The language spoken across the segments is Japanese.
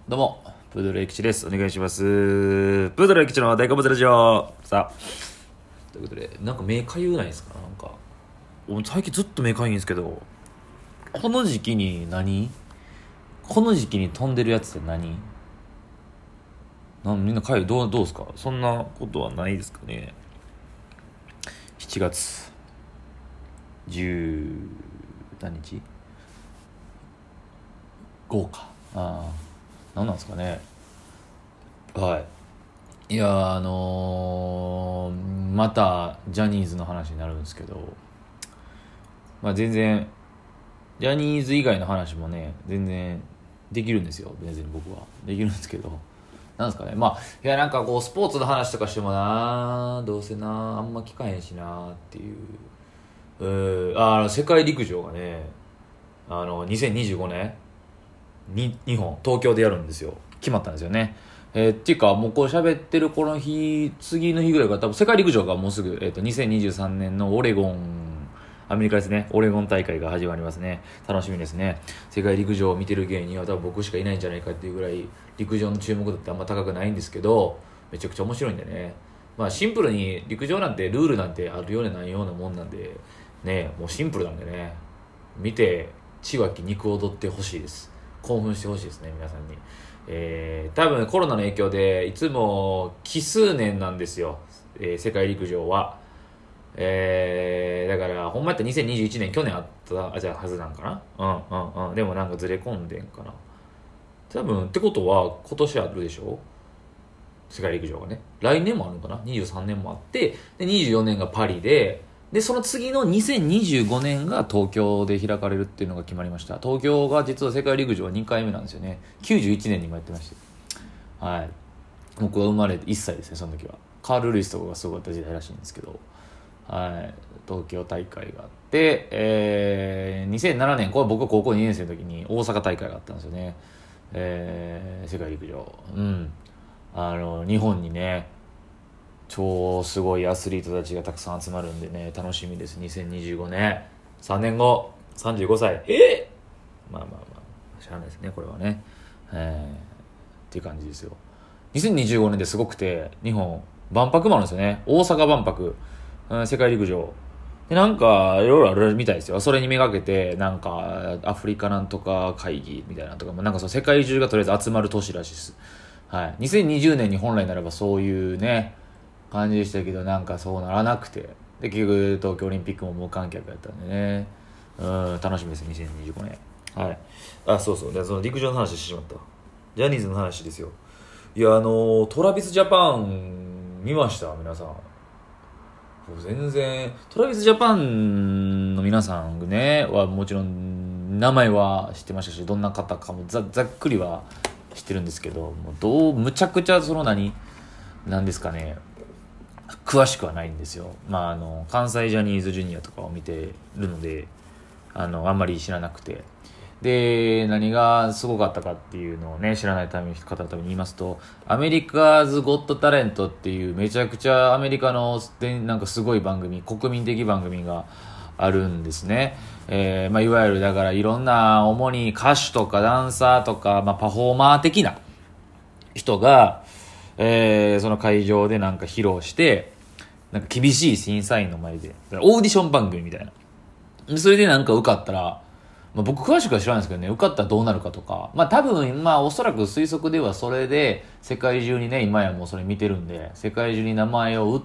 どうも、プードル駅地です。お願いします。プードル駅地の大好物ラジオ。さあ、ということで、なんか目かゆないですか？なんか、最近ずっと目かゆいんですけど、この時期にこの時期に飛んでるやつってみんなかゆい、どうですか？そんなことはないですかね。7月10何日5か。何なんですかね。はい。いやまたジャニーズの話になるんですけど、全然ジャニーズ以外の話もね全然できるんですよ。別に僕はできるんですけど、なんですかね。いや、なんかこうスポーツの話とかしてもどうせあんま聞かへんしっていう。世界陸上がね、2025年に日本東京でやるんですよ。決まったんですよね。っていうかもうこう喋ってるこの日、次の日ぐらいから多分世界陸上がもうすぐ、2023年のアメリカですね。オレゴン大会が始まりますね。楽しみですね。世界陸上を見てる芸人は多分僕しかいないんじゃないかっていうぐらい陸上の注目度ってあんま高くないんですけど、めちゃくちゃ面白いんでね。シンプルに陸上なんてルールなんてあるようでないようなもんなんでね、もうシンプルなんでね、見て血湧き肉踊ってほしいです。興奮してほしいですね、皆さんに。多分コロナの影響でいつも奇数年なんですよ、世界陸上は。だからほんまやったら2021年去年あったじゃあはずなんかな。でもなんかずれ込んでんかな多分。ってことは今年あるでしょ、世界陸上がね。来年もあるのかな、23年もあって、で24年がパリで、その次の2025年が東京で開かれるっていうのが決まりました。東京が実は世界陸上は2回目なんですよね。91年にもやってまして、はい、僕は生まれて1歳ですね、その時は。カール・ルイスとかがすごかった時代らしいんですけど、はい、東京大会があって、2007年、これ僕が高校2年生の時に大阪大会があったんですよね。世界陸上、日本にね超すごいアスリートたちがたくさん集まるんでね、楽しみです。2025年3年後35歳。知らないですねこれはね。っていう感じですよ。2025年ですごくて、日本万博もあるんですよね。大阪万博、世界陸上でなんかいろいろあるみたいですよ。それにめがけてなんかアフリカなんとか会議みたいなとかも、なんかその世界中がとりあえず集まる年らしいです。はい。2020年に本来ならばそういうね感じでしたけど、なんかそうならなくて、で結局東京オリンピックも無観客やったんでね、楽しみです。2025年。はい。そうで、その陸上の話してしまった。ジャニーズの話ですよ。いや、トラビスジャパン見ました？皆さん。全然トラビスジャパンの皆さんねはもちろん名前は知ってましたし、どんな方かもざっくりは知ってるんですけど、もうむちゃくちゃなんですかね、詳しくはないんですよ。関西ジャニーズジュニアとかを見てるので、あんまり知らなくて。で、何がすごかったかっていうのをね、知らない方のために言いますと、アメリカズ・ゴット・タレントっていうめちゃくちゃアメリカのなんかすごい番組、国民的番組があるんですね。いわゆるだからいろんな主に歌手とかダンサーとか、パフォーマー的な人が、その会場でなんか披露して、なんか厳しい審査員の前で、オーディション番組みたいな。それでなんか受かったら、僕詳しくは知らないんですけどね、受かったらどうなるかとか、多分、おそらく推測ではそれで、世界中にね、今やもうそれ見てるんで、世界中に名前を打って、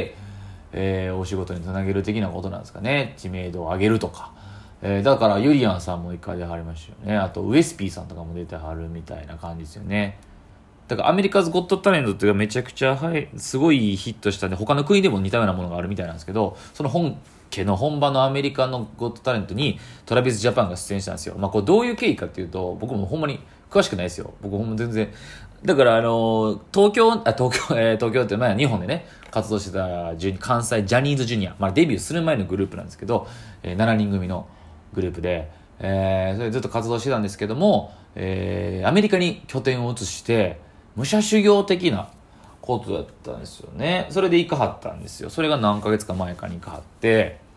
お仕事につなげる的なことなんですかね。知名度を上げるとか。だから、ユリアンさんも一回出はりましたよね。あと、ウエスピーさんとかも出てはるみたいな感じですよね。だからアメリカズ・ゴット・タレントっていうのがめちゃくちゃ、すごいヒットしたんで、他の国でも似たようなものがあるみたいなんですけど、その本場のアメリカのゴット・タレントにトラビス・ジャパンが出演したんですよ。これどういう経緯かっていうと、僕もほんまに詳しくないですよ。僕ほんま全然。だから東京って日本でね、活動してた関西ジャニーズジュニア、デビューする前のグループなんですけど、7人組のグループで、それずっと活動してたんですけども、アメリカに拠点を移して、武者修行的なことだったんですよね。それで行かはったんですよ。それが何ヶ月か前かに行かはって、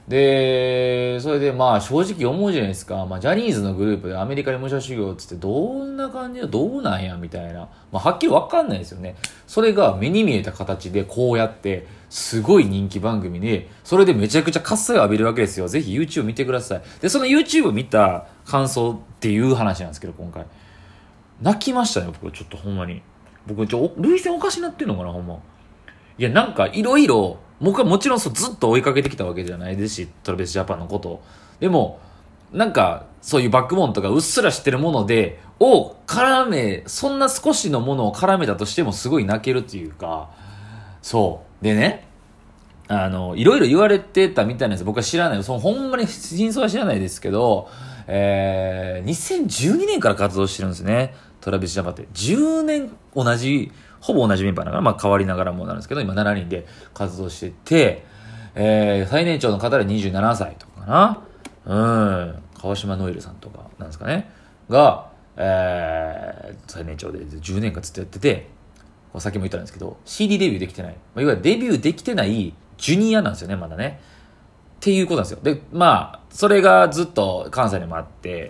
で、それでまあ正直思うじゃないですか。まあジャニーズのグループでアメリカに武者修行っつってどんな感じでどうなんやみたいな。まあはっきりわかんないですよね。それが目に見えた形でこうやってすごい人気番組で、それでめちゃくちゃ喝采を浴びるわけですよ。ぜひ YouTube 見てください。で、その YouTube 見た感想っていう話なんですけど、今回。泣きましたね、僕。ちょっとほんまに。僕、涙腺おかしなってんのかな、ほんま。いや、なんか、いろいろ、僕はもちろんずっと追いかけてきたわけじゃないですし、トラビスジャパンのことを。でも、なんか、そういうバックボーンとかうっすら知ってるもので、そんな少しのものを絡めたとしてもすごい泣けるっていうか、そう。でね、いろいろ言われてたみたいなんです。僕は知らない。ほんまに真相は知らないですけど、2012年から活動してるんですね。トラビスジャパンって。10年ほぼ同じメンバーだから、まあ変わりながらもなんですけど、今7人で活動してて、最年長の方で27歳とかかな。川島ノエルさんとかなんですかね。が、最年長で10年間ずっとやってて、さっきも言ったんですけど、CD デビューできてない。いわゆるデビューできてないジュニアなんですよね、まだね。っていうことなんですよ。で、まあ、それがずっと関西にもあって、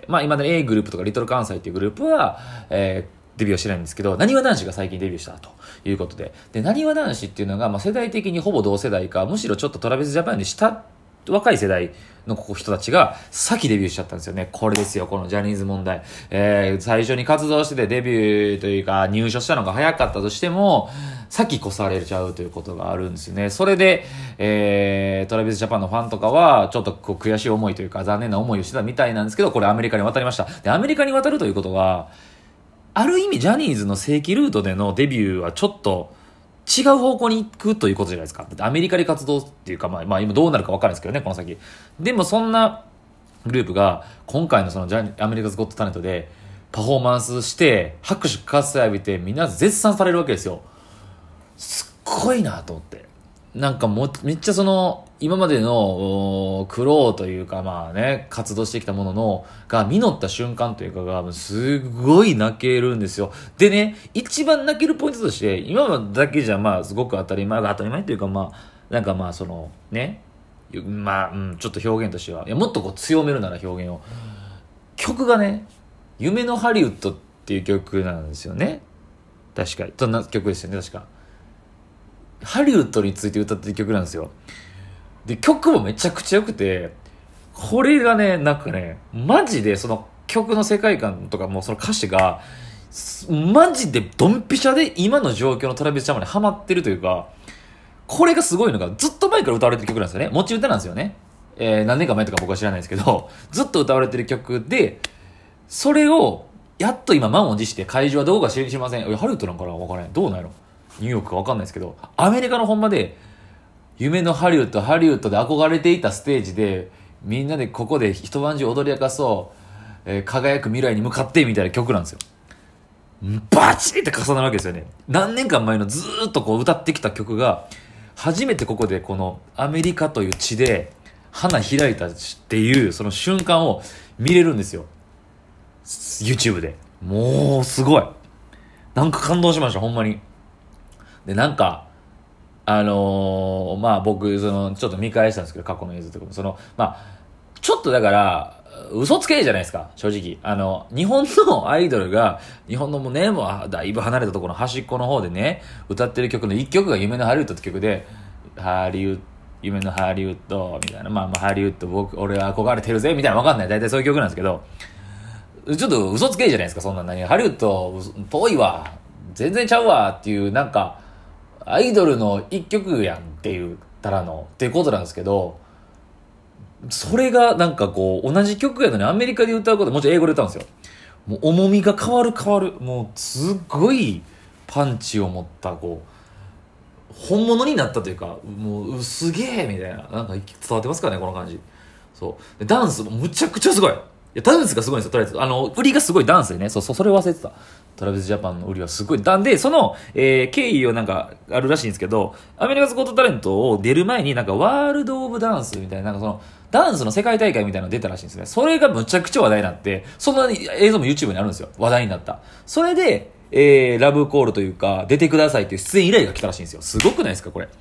まあ今まで A グループとかリトル関西っていうグループは、デビューはしてないんですけど、なにわ男子が最近デビューしたということで。で、なにわ男子っていうのが、まあ世代的にほぼ同世代か、むしろちょっとトラビスジャパンに下、若い世代の人たちが先デビューしちゃったんですよね。これですよ、このジャニーズ問題。最初に活動しててデビューというか入所したのが早かったとしても、先越されちゃうということがあるんですよね。それで、トラビスジャパンのファンとかは、ちょっとこう悔しい思いというか残念な思いをしてたみたいなんですけど、これアメリカに渡りました。で、アメリカに渡るということは、ある意味ジャニーズの正規ルートでのデビューはちょっと、違う方向に行くということじゃないですか。アメリカで活動っていうか、まあ今どうなるか分かるんですけどね、この先。でもそんなグループが、今回のそのアメリカズゴットタレントでパフォーマンスして、拍手喝采浴びて、みんな絶賛されるわけですよ。すっごいなと思って。なんかめっちゃ今までの苦労というか、まあね、活動してきたものが実った瞬間というかが、すごい泣けるんですよ。でね、一番泣けるポイントとして、今だけじゃまあ、すごく当たり前というか、まあ、なんかまあ、ね、まあ、ちょっと表現としては、もっとこう強めるなら表現を。曲がね、夢のハリウッドっていう曲なんですよね。確かに。そんな曲ですよね、確か。ハリウッドについて歌ってる曲なんですよ。で、曲もめちゃくちゃ良くて、これがね、なんかね、マジでその曲の世界観とかもその歌詞が、マジでドンピシャで今の状況のトラビス・ジャパンにハマってるというか、これがすごいのがずっと前から歌われてる曲なんですよね。持ち歌なんですよね。何年か前とか僕は知らないですけど、ずっと歌われてる曲で、それを、やっと今満を持して会場はどこか知りません。ハリウッドなんかなわからない。どうなんやろニューヨークかわかんないですけど、アメリカのほんまで、夢のハリウッドで憧れていたステージで、みんなでここで一晩中踊り明かそう、輝く未来に向かってみたいな曲なんですよ。バチリって重なるわけですよね。何年間前のずーっとこう歌ってきた曲が、初めてここでこのアメリカという地で花開いたっていうその瞬間を見れるんですよ。YouTube で。もうすごい。なんか感動しました、ほんまに。で、なんか、まあ僕、ちょっと見返したんですけど、過去の映像とかも、まあ、ちょっとだから、嘘つけじゃないですか、正直。日本のアイドルが、日本のもうだいぶ離れたところの端っこの方でね、歌ってる曲の一曲が夢のハリウッドって曲で、夢のハリウッド、みたいな、まあハリウッド俺は憧れてるぜ、みたいなわかんない。大体そういう曲なんですけど、ちょっと嘘つけじゃないですか、そんな何。ハリウッド、遠いわ、全然ちゃうわ、っていう、なんか、アイドルの一曲やんっていうっていうことなんですけど、それがなんかこう、同じ曲やのにアメリカで歌うこと、もちろん英語で歌うんですよ。もう重みが変わる。もうすっごいパンチを持った、こう、本物になったというか、もうすげえみたいな。なんか伝わってますかね、この感じ。そう。でダンスもむちゃくちゃすごい。いや、ダンスがすごいんですよ、とりあえず。売りがすごいダンスでね。それ忘れてた。トラビスジャパンの売りはすごい。で、その、経緯をなんか、あるらしいんですけど、アメリカズゴットタレントを出る前になんか、ワールドオブダンスみたいな、なんかダンスの世界大会みたいなの出たらしいんですね。それがむちゃくちゃ話題になって、その映像も YouTube にあるんですよ。話題になった。それで、ラブコールというか、出てくださいっていう出演依頼が来たらしいんですよ。すごくないですか、これ。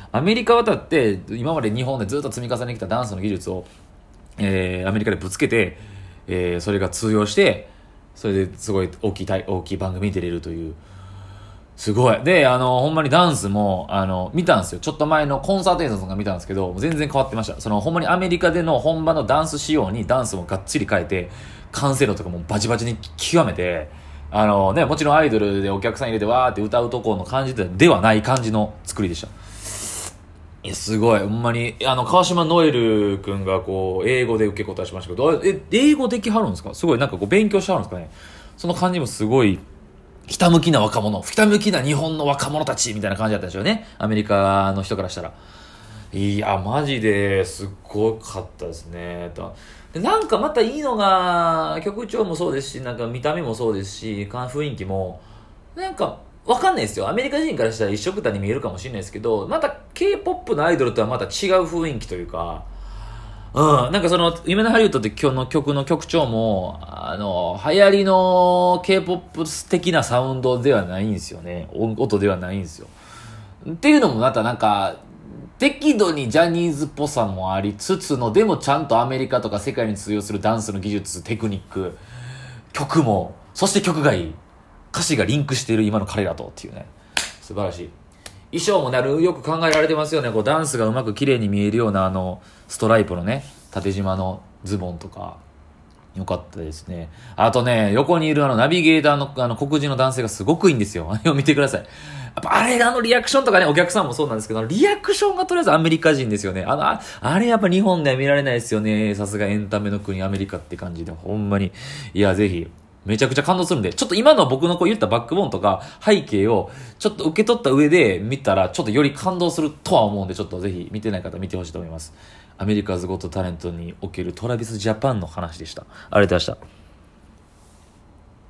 アメリカ渡って、今まで日本でずっと積み重ねてきたダンスの技術を、アメリカでぶつけて、それが通用して、それですごい大きい番組に出れるという。すごい。で、ほんまにダンスも、見たんですよ。ちょっと前のコンサート映像とか見たんですけど、全然変わってました。ほんまにアメリカでの本場のダンス仕様にダンスもがっつり変えて、完成度とかもバチバチに極めて、もちろんアイドルでお客さん入れてわーって歌うとこの感じではない感じの作りでした。いや、すごい。ほんまに、川島ノエル君がこう、英語で受け答えしましたけど、英語できはるんですか？すごいなんかこう、勉強してはるんですかね？その感じもすごい、ひたむきな若者、ひたむきな日本の若者たちみたいな感じだったでしょうね。アメリカの人からしたら。いや、マジですっごかったですね。で、なんかまたいいのが、曲調もそうですし、なんか見た目もそうですし、雰囲気も、なんか、わかんないですよ。アメリカ人からしたら一緒くたに見えるかもしれないですけど、また K-POP のアイドルとはまた違う雰囲気というか、なんか夢のハリウッドって今日の曲の曲調も、流行りの K-POP 的なサウンドではないんですよね。音ではないんですよ。っていうのもまたなんか、適度にジャニーズっぽさもありつつの、でもちゃんとアメリカとか世界に通用するダンスの技術、テクニック、曲も、そして曲がいい。歌詞がリンクしている今の彼らとっていうね。素晴らしい。衣装もよく考えられてますよね。こうダンスがうまく綺麗に見えるようなストライプのね、縦縞のズボンとか、よかったですね。あとね、横にいるナビゲーターの黒人の男性がすごくいいんですよ。あれを見てください。やっぱあれリアクションとかね、お客さんもそうなんですけど、リアクションがとりあえずアメリカ人ですよね。あれやっぱ日本では見られないですよね。さすがエンタメの国アメリカって感じで、ほんまに。いや、ぜひ。めちゃくちゃ感動するんで、ちょっと今の僕の言ったバックボーンとか背景をちょっと受け取った上で見たらちょっとより感動するとは思うんで、ちょっとぜひ見てない方見てほしいと思います。アメリカズゴットタレントにおけるトラビスジャパンの話でした。ありがとうございました。